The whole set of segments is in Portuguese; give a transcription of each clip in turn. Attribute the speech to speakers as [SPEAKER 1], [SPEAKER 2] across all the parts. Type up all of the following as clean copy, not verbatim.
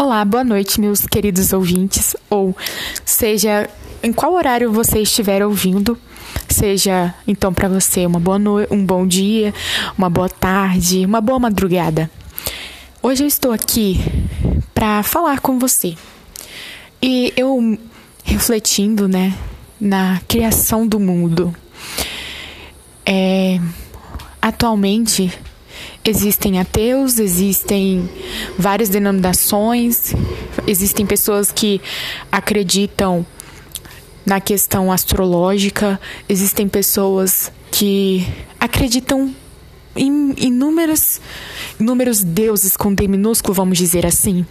[SPEAKER 1] Olá, boa noite, meus queridos ouvintes, ou seja, em qual horário você estiver ouvindo, seja então para você uma boa noite, um bom dia, uma boa tarde, uma boa madrugada. Hoje eu estou aqui para falar com você. E eu refletindo, na criação do mundo. Atualmente existem ateus, existem várias denominações, existem pessoas que acreditam na questão astrológica, existem pessoas que acreditam em inúmeros deuses com D minúsculo, vamos dizer assim.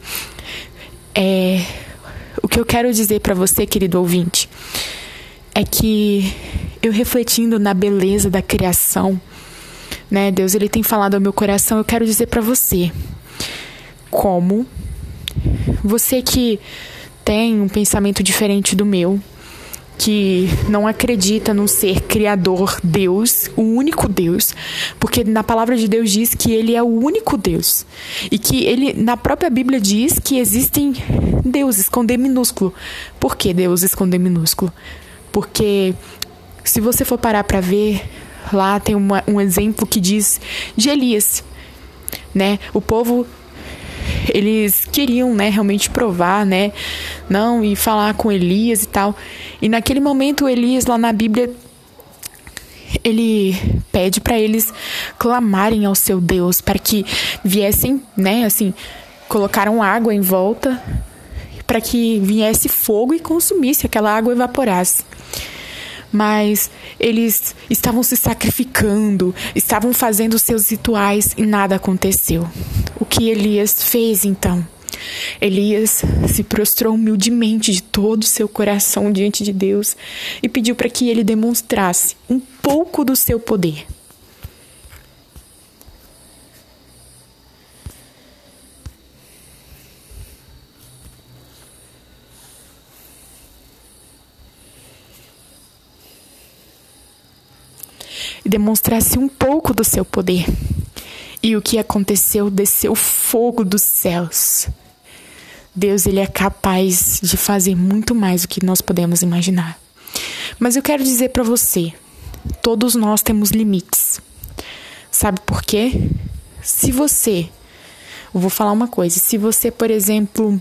[SPEAKER 1] O que eu quero dizer para você, querido ouvinte, é que eu refletindo na beleza da criação, Deus, Ele tem falado ao meu coração, eu quero dizer para você, como você que tem um pensamento diferente do meu, que não acredita num ser criador, Deus, o único Deus, porque na palavra de Deus diz que Ele é o único Deus, e que Ele, na própria Bíblia diz que existem deuses com D minúsculo. Por que deuses com D minúsculo? Porque se você for parar para ver, lá tem um exemplo que diz de Elias, O povo, eles queriam, realmente provar, não, e falar com Elias e tal. E naquele momento, Elias, lá na Bíblia, ele pede para eles clamarem ao seu Deus, para que viessem, colocaram água em volta, para que viesse fogo e consumisse aquela água, evaporasse. Mas eles estavam se sacrificando, estavam fazendo seus rituais e nada aconteceu. O que Elias fez então? Elias se prostrou humildemente de todo o seu coração diante de Deus e pediu para que ele demonstrasse um pouco do seu poder. E demonstrasse um pouco do seu poder. E o que aconteceu? Desceu fogo dos céus. Deus, Ele é capaz de fazer muito mais do que nós podemos imaginar. Mas eu quero dizer para você, todos nós temos limites. Sabe por quê? Eu vou falar uma coisa, se você, por exemplo,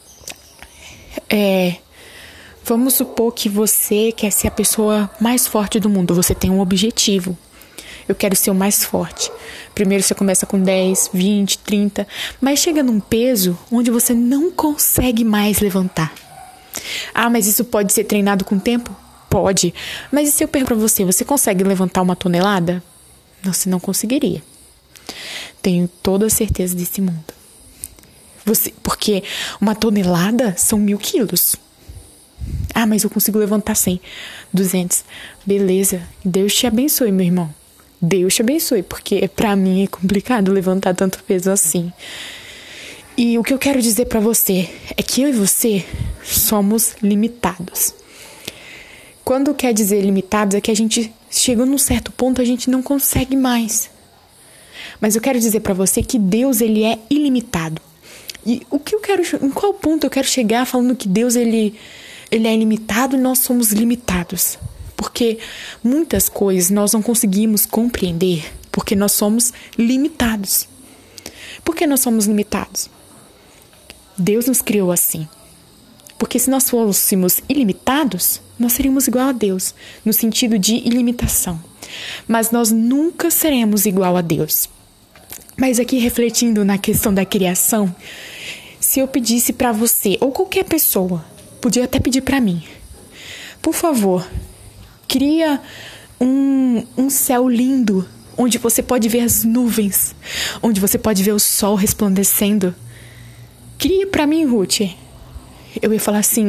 [SPEAKER 1] vamos supor que você quer ser a pessoa mais forte do mundo. Você tem um objetivo. Eu quero ser o mais forte. Primeiro você começa com 10, 20, 30. Mas chega num peso onde você não consegue mais levantar. Ah, mas isso pode ser treinado com o tempo? Pode. Mas e se eu pergunto pra você, você consegue levantar 1 tonelada? Você não conseguiria. Tenho toda a certeza desse mundo. Porque 1 tonelada são 1.000 quilos. Ah, mas eu consigo levantar 100, 200. Beleza. Deus te abençoe, meu irmão. Deus te abençoe, porque pra mim é complicado levantar tanto peso assim. E o que eu quero dizer pra você é que eu e você somos limitados. Quando quer dizer limitados é que a gente chegou num certo ponto, a gente não consegue mais. Mas eu quero dizer pra você que Deus, Ele é ilimitado. E em qual ponto eu quero chegar falando que Deus, Ele é ilimitado e nós somos limitados? Porque muitas coisas nós não conseguimos compreender porque nós somos limitados. Por que nós somos limitados? Deus nos criou assim. Porque se nós fôssemos ilimitados, nós seríamos igual a Deus, no sentido de ilimitação. Mas nós nunca seremos igual a Deus. Mas aqui refletindo na questão da criação, se eu pedisse para você, ou qualquer pessoa, podia até pedir para mim, por favor, cria um céu lindo, onde você pode ver as nuvens, onde você pode ver o sol resplandecendo. Cria para mim, Ruth. Eu ia falar assim,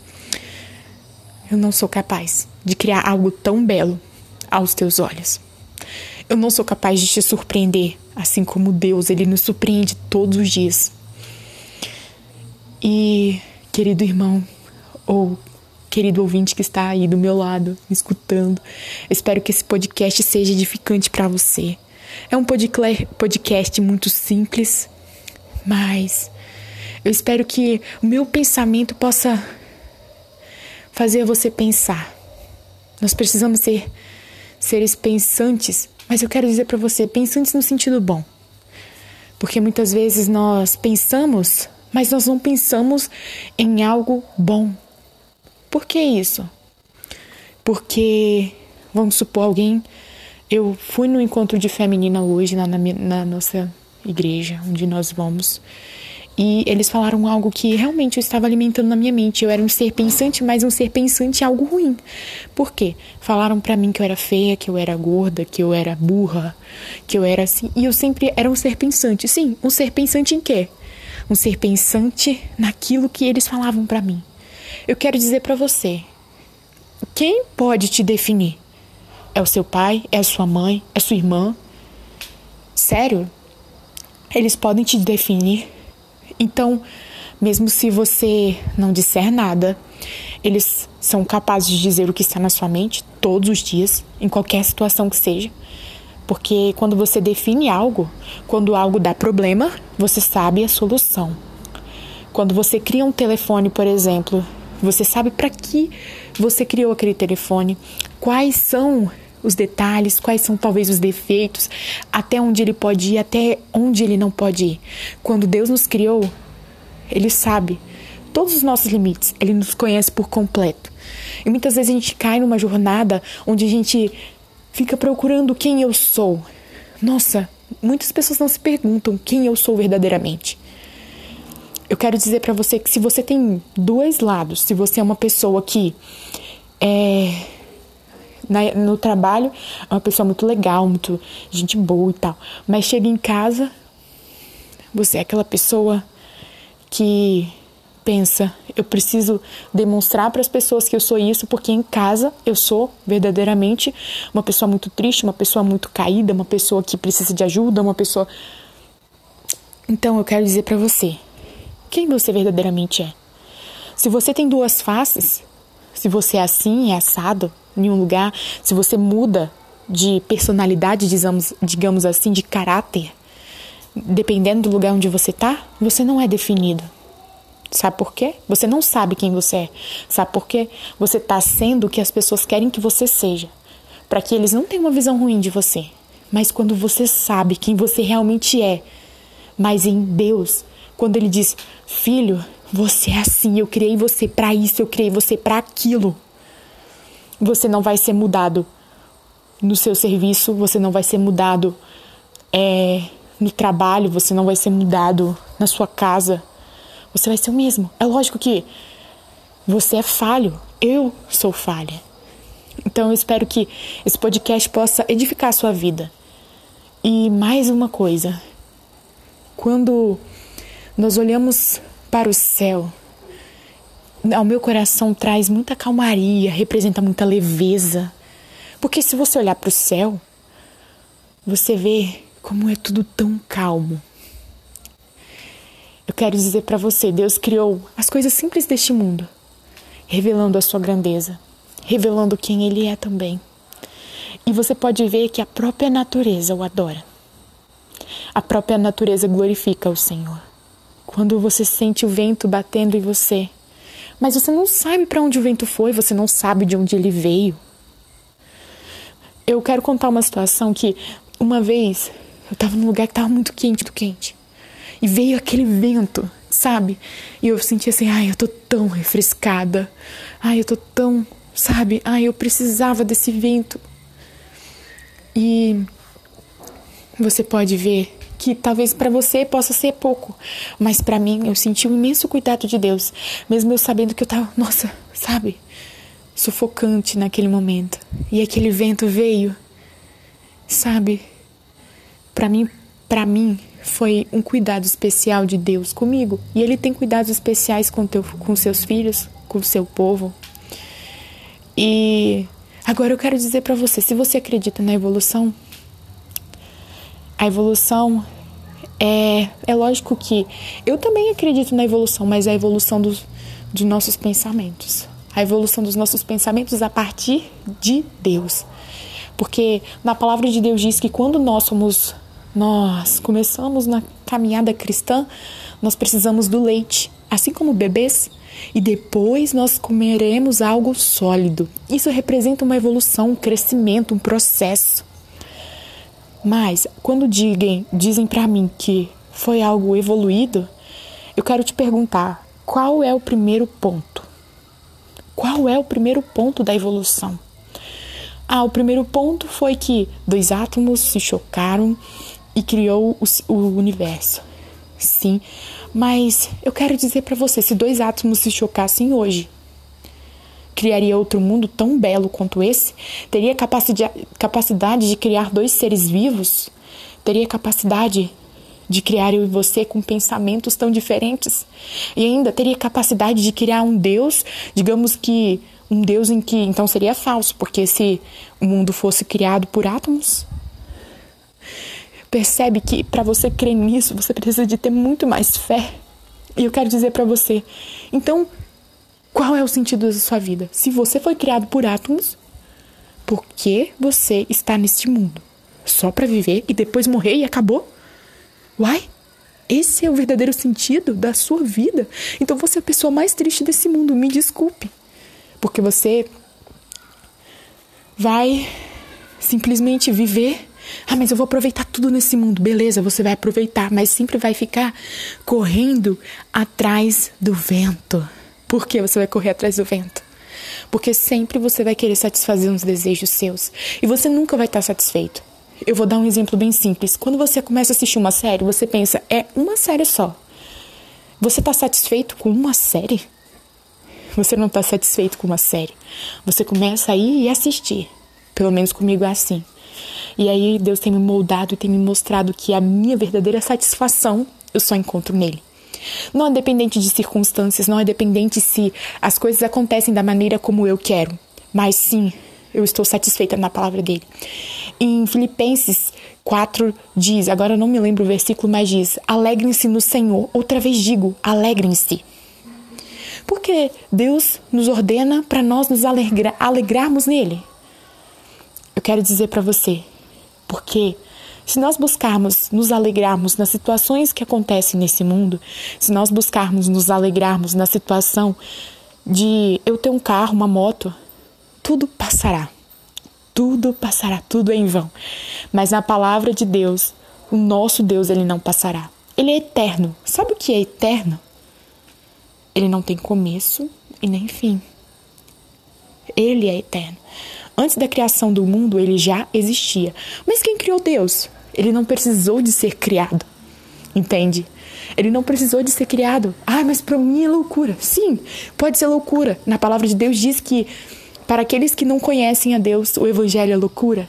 [SPEAKER 1] eu não sou capaz de criar algo tão belo aos teus olhos. Eu não sou capaz de te surpreender, assim como Deus, Ele nos surpreende todos os dias. E, querido irmão, ou querido ouvinte que está aí do meu lado, me escutando, espero que esse podcast seja edificante para você. É um podcast muito simples, mas Eu espero que o meu pensamento possa fazer você pensar. Nós precisamos ser seres pensantes, mas eu quero dizer para você, pensantes no sentido bom. Porque muitas vezes nós pensamos, mas nós não pensamos em algo bom. Por que isso? Porque, vamos supor, eu fui no encontro de fé menina hoje, na nossa igreja, onde nós vamos, e eles falaram algo que realmente eu estava alimentando na minha mente. Eu era um ser pensante, mas um ser pensante é algo ruim. Por quê? Falaram pra mim que eu era feia, que eu era gorda, que eu era burra, que eu era assim. E eu sempre era um ser pensante. Sim, um ser pensante em quê? Um ser pensante naquilo que eles falavam pra mim. Eu quero dizer pra você, quem pode te definir? É o seu pai? É a sua mãe? É a sua irmã? Sério? Eles podem te definir? Então, mesmo se você não disser nada, eles são capazes de dizer o que está na sua mente todos os dias, em qualquer situação que seja. Porque quando você define algo, quando algo dá problema, você sabe a solução. Quando você cria um telefone, por exemplo, você sabe para que você criou aquele telefone, quais são os detalhes, quais são talvez os defeitos, até onde ele pode ir, até onde ele não pode ir. Quando Deus nos criou, Ele sabe todos os nossos limites, Ele nos conhece por completo. E muitas vezes a gente cai numa jornada onde a gente fica procurando quem eu sou. Nossa, muitas pessoas não se perguntam quem eu sou verdadeiramente. Eu quero dizer pra você que se você tem dois lados, se você é uma pessoa que no trabalho é uma pessoa muito legal, muito gente boa e tal, mas chega em casa, você é aquela pessoa que pensa, eu preciso demonstrar para as pessoas que eu sou isso, porque em casa eu sou verdadeiramente uma pessoa muito triste, uma pessoa muito caída, uma pessoa que precisa de ajuda, uma pessoa... Então eu quero dizer para você, quem você verdadeiramente é. Se você tem duas faces, se você é assim, é assado em um lugar, se você muda de personalidade, digamos assim, de caráter, dependendo do lugar onde você tá, você não é definido. Sabe por quê? Você não sabe quem você é. Sabe por quê? Você tá sendo o que as pessoas querem que você seja, para que eles não tenham uma visão ruim de você. Mas quando você sabe quem você realmente é, mas em Deus, quando Ele diz, filho, você é assim, eu criei você para isso, eu criei você para aquilo. Você não vai ser mudado no seu serviço, você não vai ser mudado no trabalho, você não vai ser mudado na sua casa. Você vai ser o mesmo. É lógico que você é falho, eu sou falha. Então eu espero que esse podcast possa edificar a sua vida. E mais uma coisa, quando nós olhamos para o céu, ao meu coração traz muita calmaria, representa muita leveza. Porque se você olhar para o céu, você vê como é tudo tão calmo. Eu quero dizer para você, Deus criou as coisas simples deste mundo, revelando a sua grandeza, revelando quem Ele é também. E você pode ver que a própria natureza o adora. A própria natureza glorifica o Senhor. Quando você sente o vento batendo em você, mas você não sabe para onde o vento foi, você não sabe de onde ele veio. Eu quero contar uma situação que, uma vez, eu estava num lugar que estava muito quente. E veio aquele vento, sabe? E eu senti assim, eu tô tão refrescada. Eu tô tão, sabe? Eu precisava desse vento. E você pode ver que talvez para você possa ser pouco, mas para mim eu senti um imenso cuidado de Deus, mesmo eu sabendo que eu tava, sabe, sufocante naquele momento. E aquele vento veio, sabe? Para mim foi um cuidado especial de Deus comigo, e Ele tem cuidados especiais com seus filhos, com o seu povo. E agora eu quero dizer para você, se você acredita na evolução, a evolução é lógico que eu também acredito na evolução, mas é a evolução dos nossos pensamentos. A evolução dos nossos pensamentos a partir de Deus. Porque na palavra de Deus diz que quando nós começamos na caminhada cristã, Nós precisamos do leite, assim como bebês, e depois nós comeremos algo sólido. Isso representa uma evolução, um crescimento, um processo. Mas, quando dizem para mim que foi algo evoluído, eu quero te perguntar, qual é o primeiro ponto? Qual é o primeiro ponto da evolução? O primeiro ponto foi que 2 átomos se chocaram e criou o universo. Sim, mas eu quero dizer para você, se 2 átomos se chocassem hoje, criaria outro mundo tão belo quanto esse? Teria capacidade de criar 2 seres vivos? Teria capacidade de criar eu e você com pensamentos tão diferentes? E ainda teria capacidade de criar um Deus, digamos que um Deus em que então seria falso, porque se o mundo fosse criado por átomos? Percebe que para você crer nisso, você precisa de ter muito mais fé. E eu quero dizer para você, então, qual é o sentido da sua vida? Se você foi criado por átomos, por que você está neste mundo? Só para viver e depois morrer e acabou? Uai, esse é o verdadeiro sentido da sua vida? Então você é a pessoa mais triste desse mundo, me desculpe. Porque você vai simplesmente viver. Mas eu vou aproveitar tudo nesse mundo. Beleza, você vai aproveitar, mas sempre vai ficar correndo atrás do vento. Por que você vai correr atrás do vento? Porque sempre você vai querer satisfazer uns desejos seus. E você nunca vai estar satisfeito. Eu vou dar um exemplo bem simples. Quando você começa a assistir uma série, você pensa, é uma série só. Você está satisfeito com uma série? Você não está satisfeito com uma série. Você começa a ir e assistir. Pelo menos comigo é assim. E aí Deus tem me moldado e tem me mostrado que a minha verdadeira satisfação eu só encontro nele. Não é dependente de circunstâncias, não é dependente se as coisas acontecem da maneira como eu quero. Mas sim, eu estou satisfeita na palavra dele. Em Filipenses 4 diz, agora eu não me lembro o versículo, mas diz, alegrem-se no Senhor. Outra vez digo, alegrem-se. Porque Deus nos ordena para nós nos alegrarmos nele. Eu quero dizer para você, porque se nós buscarmos nos alegrarmos nas situações que acontecem nesse mundo, se nós buscarmos nos alegrarmos na situação de eu ter um carro, uma moto, tudo passará. Tudo passará, tudo é em vão. Mas na palavra de Deus, o nosso Deus, ele não passará. Ele é eterno. Sabe o que é eterno? Ele não tem começo e nem fim. Ele é eterno. Antes da criação do mundo, ele já existia. Mas quem criou Deus? Ele não precisou de ser criado. Entende? Ele não precisou de ser criado. Mas para mim é loucura. Sim, pode ser loucura. Na palavra de Deus diz que para aqueles que não conhecem a Deus, o evangelho é loucura.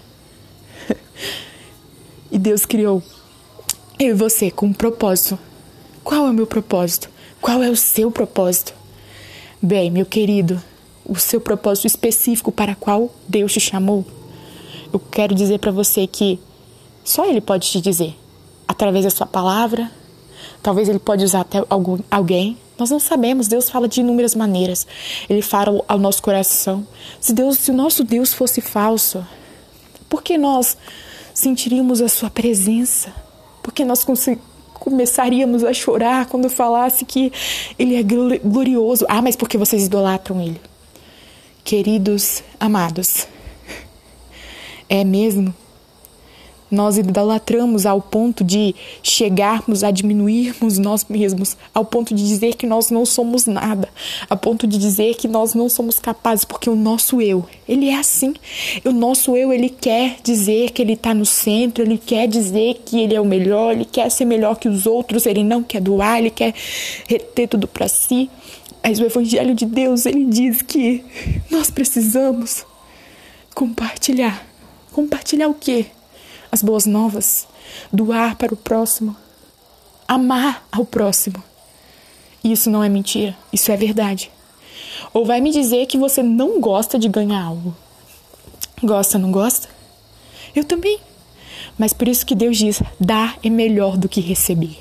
[SPEAKER 1] E Deus criou eu e você com um propósito. Qual é o meu propósito? Qual é o seu propósito? Bem, meu querido, o seu propósito específico para qual Deus te chamou, eu quero dizer para você que só Ele pode te dizer. Através da sua palavra, talvez Ele pode usar até alguém. Nós não sabemos, Deus fala de inúmeras maneiras. Ele fala ao nosso coração. Se o nosso Deus fosse falso, por que nós sentiríamos a sua presença? Por que nós começaríamos a chorar quando falasse que Ele é glorioso? Mas porque vocês idolatram Ele. Queridos, amados, é mesmo? Nós idolatramos ao ponto de chegarmos a diminuirmos nós mesmos, ao ponto de dizer que nós não somos nada, ao ponto de dizer que nós não somos capazes, porque o nosso eu, ele é assim. O nosso eu, ele quer dizer que ele está no centro, ele quer dizer que ele é o melhor, ele quer ser melhor que os outros, ele não quer doar, ele quer reter tudo para si. Mas o Evangelho de Deus, ele diz que nós precisamos compartilhar. Compartilhar o quê? As boas novas, doar para o próximo, amar ao próximo. Isso não é mentira, isso é verdade. Ou vai me dizer que você não gosta de ganhar algo? Gosta, não gosta? Eu também. Mas por isso que Deus diz, dar é melhor do que receber.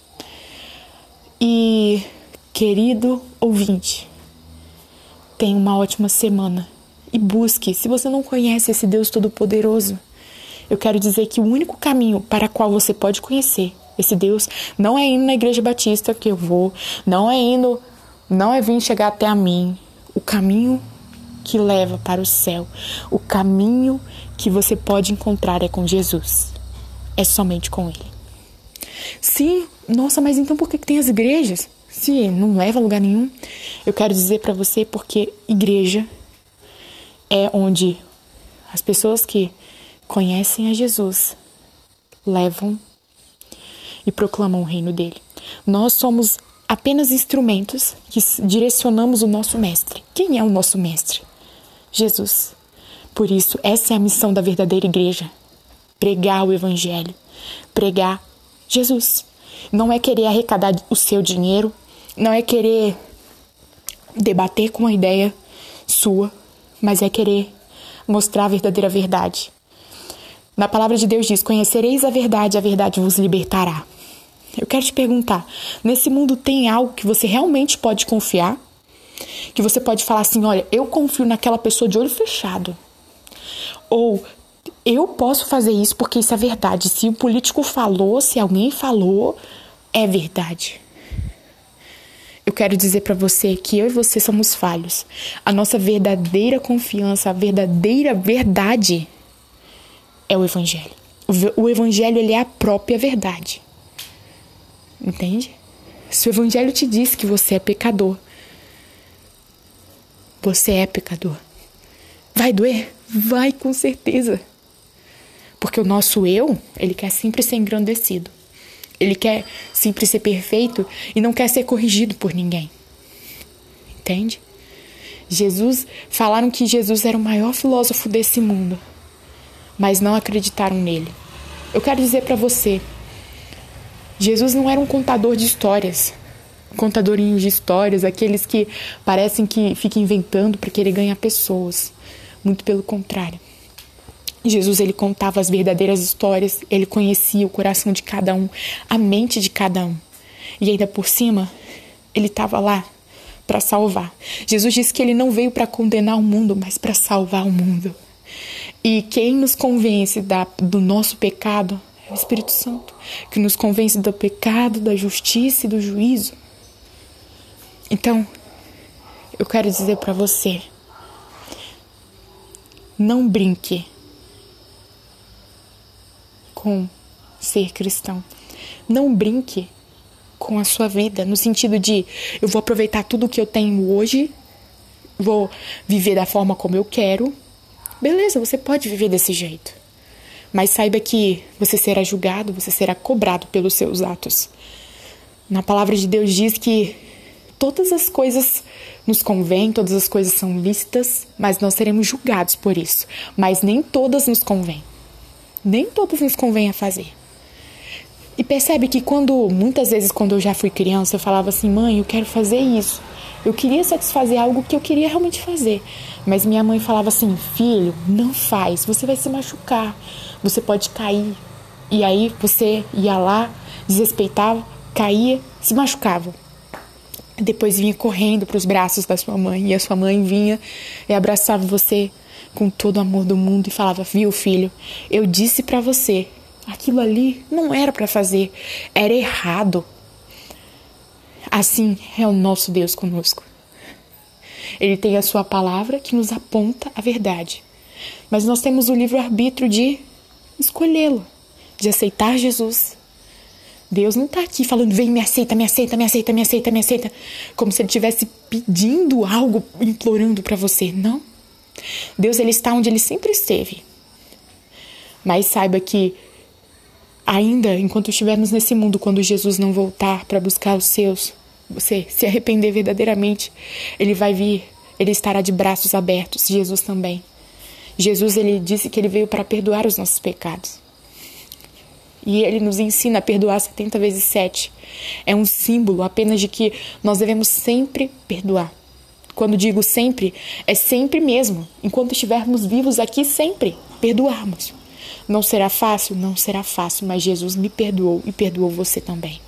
[SPEAKER 1] E, querido ouvinte, tenha uma ótima semana. E busque, se você não conhece esse Deus Todo-Poderoso, eu quero dizer que o único caminho para qual você pode conhecer Esse Deus não é indo na igreja batista que eu vou, não é vir chegar até a mim. O caminho que leva para o céu, o caminho que você pode encontrar é com Jesus. É somente com Ele. Sim, nossa, mas então por que tem as igrejas? Se não leva a lugar nenhum. Eu quero dizer para você porque igreja é onde as pessoas que conhecem a Jesus levam e proclamam o reino dele. Nós somos apenas instrumentos que direcionamos o nosso mestre. Quem é o nosso mestre? Jesus. Por isso, essa é a missão da verdadeira igreja. Pregar o evangelho. Pregar Jesus. Não é querer arrecadar o seu dinheiro. Não é querer debater com uma ideia sua. Mas é querer mostrar a verdadeira verdade. Na palavra de Deus diz, conhecereis a verdade vos libertará. Eu quero te perguntar, nesse mundo tem algo que você realmente pode confiar? Que você pode falar assim, olha, eu confio naquela pessoa de olho fechado. Ou, eu posso fazer isso porque isso é verdade. Se o político falou, se alguém falou, é verdade. Eu quero dizer para você que eu e você somos falhos. A nossa verdadeira confiança, a verdadeira verdade é o Evangelho. O Evangelho, ele é a própria verdade. Entende? Se o Evangelho te diz que você é pecador, você é pecador. Vai doer? Vai, com certeza. Porque o nosso eu, ele quer sempre ser engrandecido. Ele quer sempre ser perfeito e não quer ser corrigido por ninguém. Entende? Falaram que Jesus era o maior filósofo desse mundo, mas não acreditaram nele. Eu quero dizer para você, Jesus não era um contador de histórias, contadorinhos de histórias, aqueles que parecem que ficam inventando para querer ganhar pessoas. Muito pelo contrário. Jesus, ele contava as verdadeiras histórias, ele conhecia o coração de cada um, a mente de cada um. E ainda por cima, ele estava lá para salvar. Jesus disse que ele não veio para condenar o mundo, mas para salvar o mundo. E quem nos convence do nosso pecado é o Espírito Santo, que nos convence do pecado, da justiça e do juízo. Então, eu quero dizer para você, não brinque com ser cristão. Não brinque com a sua vida, no sentido de eu vou aproveitar tudo o que eu tenho hoje, vou viver da forma como eu quero. Beleza, você pode viver desse jeito. Mas saiba que você será julgado, você será cobrado pelos seus atos. Na palavra de Deus diz que todas as coisas nos convêm, todas as coisas são lícitas, mas nós seremos julgados por isso. Mas nem todas nos convêm. Nem todas nos convém a fazer. E percebe que muitas vezes quando eu já fui criança, eu falava assim, mãe, eu quero fazer isso. Eu queria satisfazer algo que eu queria realmente fazer. Mas minha mãe falava assim, filho, não faz, você vai se machucar, você pode cair. E aí você ia lá, desrespeitava, caía, se machucava. Depois vinha correndo para os braços da sua mãe, e a sua mãe vinha e abraçava você com todo o amor do mundo e falava, viu, filho, eu disse para você, aquilo ali não era para fazer, era errado. Assim é o nosso Deus conosco. Ele tem a sua palavra que nos aponta a verdade. Mas nós temos o livre-arbítrio de escolhê-lo, de aceitar Jesus. Deus não está aqui falando, vem, me aceita, me aceita, me aceita, me aceita, me aceita, como se ele estivesse pedindo algo, implorando para você. Não. Deus, ele está onde ele sempre esteve. Mas saiba que ainda, enquanto estivermos nesse mundo, quando Jesus não voltar para buscar os seus, você se arrepender verdadeiramente, ele vai vir, ele estará de braços abertos, Jesus também. Jesus, ele disse que ele veio para perdoar os nossos pecados. E ele nos ensina a perdoar 70 vezes 7. É um símbolo apenas de que nós devemos sempre perdoar. Quando digo sempre, é sempre mesmo. Enquanto estivermos vivos aqui, sempre perdoarmos. Não será fácil? Não será fácil, mas Jesus me perdoou e perdoou você também.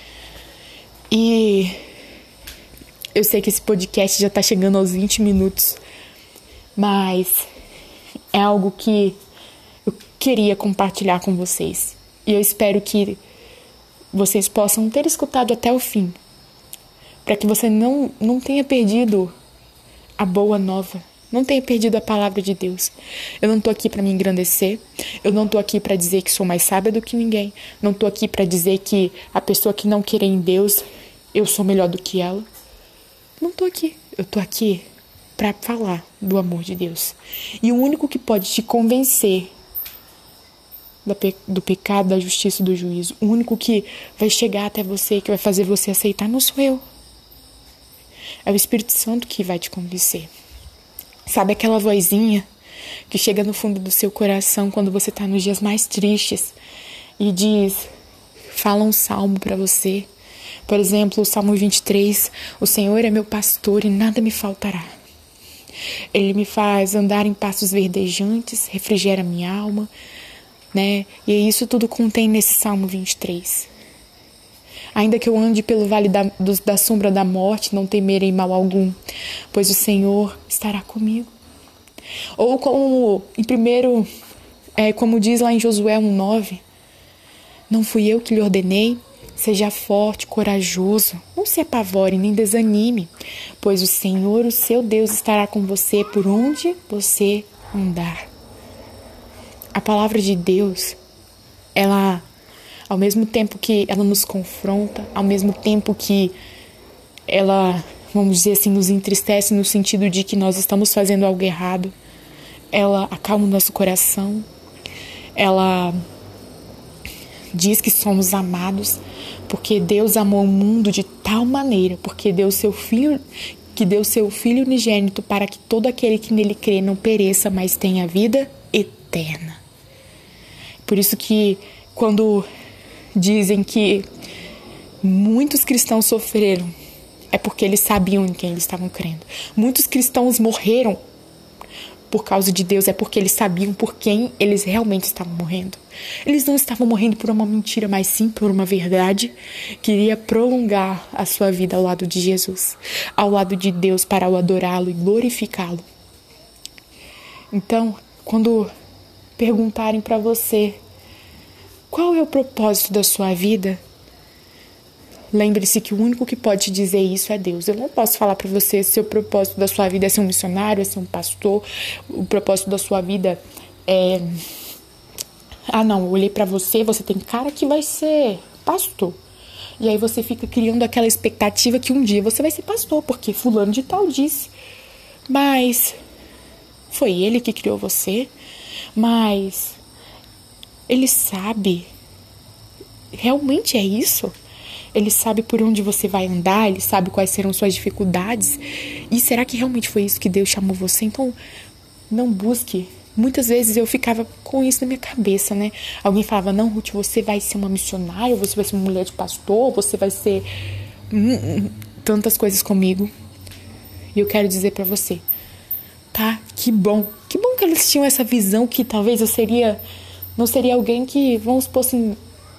[SPEAKER 1] E eu sei que esse podcast já está chegando aos 20 minutos, mas é algo que eu queria compartilhar com vocês. E eu espero que vocês possam ter escutado até o fim, para que você não tenha perdido a boa nova, não tenha perdido a palavra de Deus. Eu não estou aqui para me engrandecer, eu não estou aqui para dizer que sou mais sábia do que ninguém, não estou aqui para dizer que a pessoa que não crê em Deus, eu sou melhor do que ela. Não estou aqui, eu estou aqui para falar do amor de Deus. E o único que pode te convencer do pecado, da justiça e do juízo, o único que vai chegar até você, que vai fazer você aceitar, não sou eu. É o Espírito Santo que vai te convencer. Sabe aquela vozinha que chega no fundo do seu coração quando você está nos dias mais tristes e fala um salmo para você? Por exemplo, o Salmo 23, o Senhor é meu pastor e nada me faltará. Ele me faz andar em pastos verdejantes, refrigera minha alma, né? E isso tudo contém nesse Salmo 23. Ainda que eu ande pelo vale da sombra da morte, não temerei mal algum, pois o Senhor estará comigo. Ou como diz lá em Josué 1:9, não fui eu que lhe ordenei, seja forte, corajoso, não se apavore nem desanime, pois o Senhor, o seu Deus, estará com você por onde você andar. A palavra de Deus, ela, ao mesmo tempo que ela nos confronta, ao mesmo tempo que ela, vamos dizer assim, nos entristece no sentido de que nós estamos fazendo algo errado, ela acalma o nosso coração, ela diz que somos amados, porque Deus amou o mundo de tal maneira, porque deu seu Filho unigênito para que todo aquele que nele crê não pereça, mas tenha vida eterna. Por isso que quando dizem que muitos cristãos sofreram, é porque eles sabiam em quem eles estavam crendo. Muitos cristãos morreram por causa de Deus, é porque eles sabiam por quem eles realmente estavam morrendo. Eles não estavam morrendo por uma mentira, mas sim por uma verdade que iria prolongar a sua vida ao lado de Jesus, ao lado de Deus, para o adorá-lo e glorificá-lo. Então, quando perguntarem para você qual é o propósito da sua vida, lembre-se que o único que pode te dizer isso é Deus. Eu não posso falar para você se o propósito da sua vida é ser um missionário, é ser um pastor, o propósito da sua vida é... eu olhei para você, você tem cara que vai ser pastor. E aí você fica criando aquela expectativa que um dia você vai ser pastor, porque fulano de tal disse. Mas foi ele que criou você? Mas ele sabe? Realmente é isso? Ele sabe por onde você vai andar, ele sabe quais serão suas dificuldades. E será que realmente foi isso que Deus chamou você? Então, não busque. Muitas vezes eu ficava com isso na minha cabeça, né? Alguém falava, não, Ruth, você vai ser uma missionária, você vai ser uma mulher de pastor, você vai ser tantas coisas comigo. E eu quero dizer pra você, tá? Que bom que eles tinham essa visão que talvez eu não seria alguém que, vamos supor assim,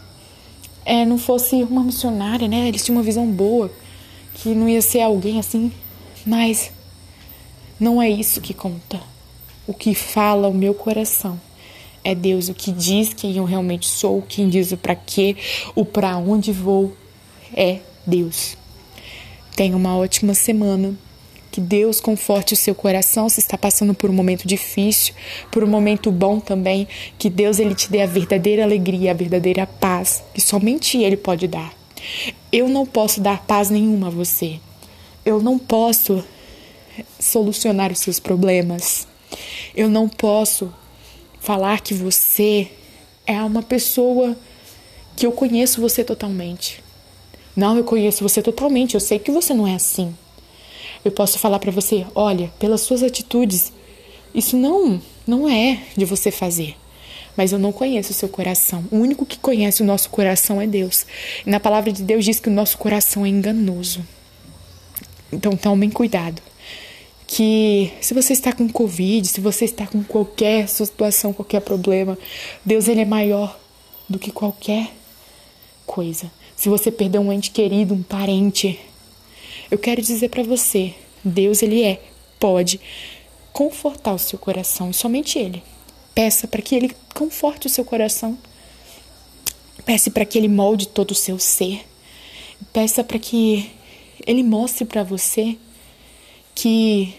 [SPEAKER 1] não fosse uma missionária, né? Eles tinham uma visão boa, que não ia ser alguém assim, mas não é isso que conta. O que fala o meu coração é Deus, o que diz quem eu realmente sou, quem diz o para quê, o para onde vou, é Deus. Tenha uma ótima semana. Que Deus conforte o seu coração se está passando por um momento difícil, por um momento bom também. Que Deus ele te dê a verdadeira alegria, a verdadeira paz, que somente Ele pode dar. Eu não posso dar paz nenhuma a você. Eu não posso solucionar os seus problemas. Eu não posso falar que você é uma pessoa que eu conheço você totalmente. Não, eu conheço você totalmente, eu sei que você não é assim. Eu posso falar para você, olha, pelas suas atitudes, isso não é de você fazer. Mas eu não conheço o seu coração. O único que conhece o nosso coração é Deus. E na palavra de Deus diz que o nosso coração é enganoso. Então tomem cuidado. Que se você está com Covid, se você está com qualquer situação, qualquer problema, Deus ele é maior do que qualquer coisa. Se você perdeu um ente querido, um parente, eu quero dizer para você, Deus ele pode confortar o seu coração, e somente Ele. Peça para que Ele conforte o seu coração, Peça para que Ele molde todo o seu ser. Peça para que Ele mostre para você que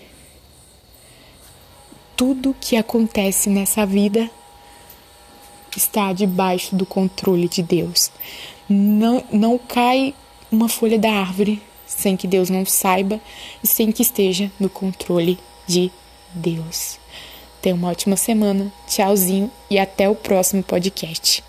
[SPEAKER 1] tudo que acontece nessa vida está debaixo do controle de Deus. Não cai uma folha da árvore sem que Deus não saiba e sem que esteja no controle de Deus. Tenha uma ótima semana, tchauzinho e até o próximo podcast.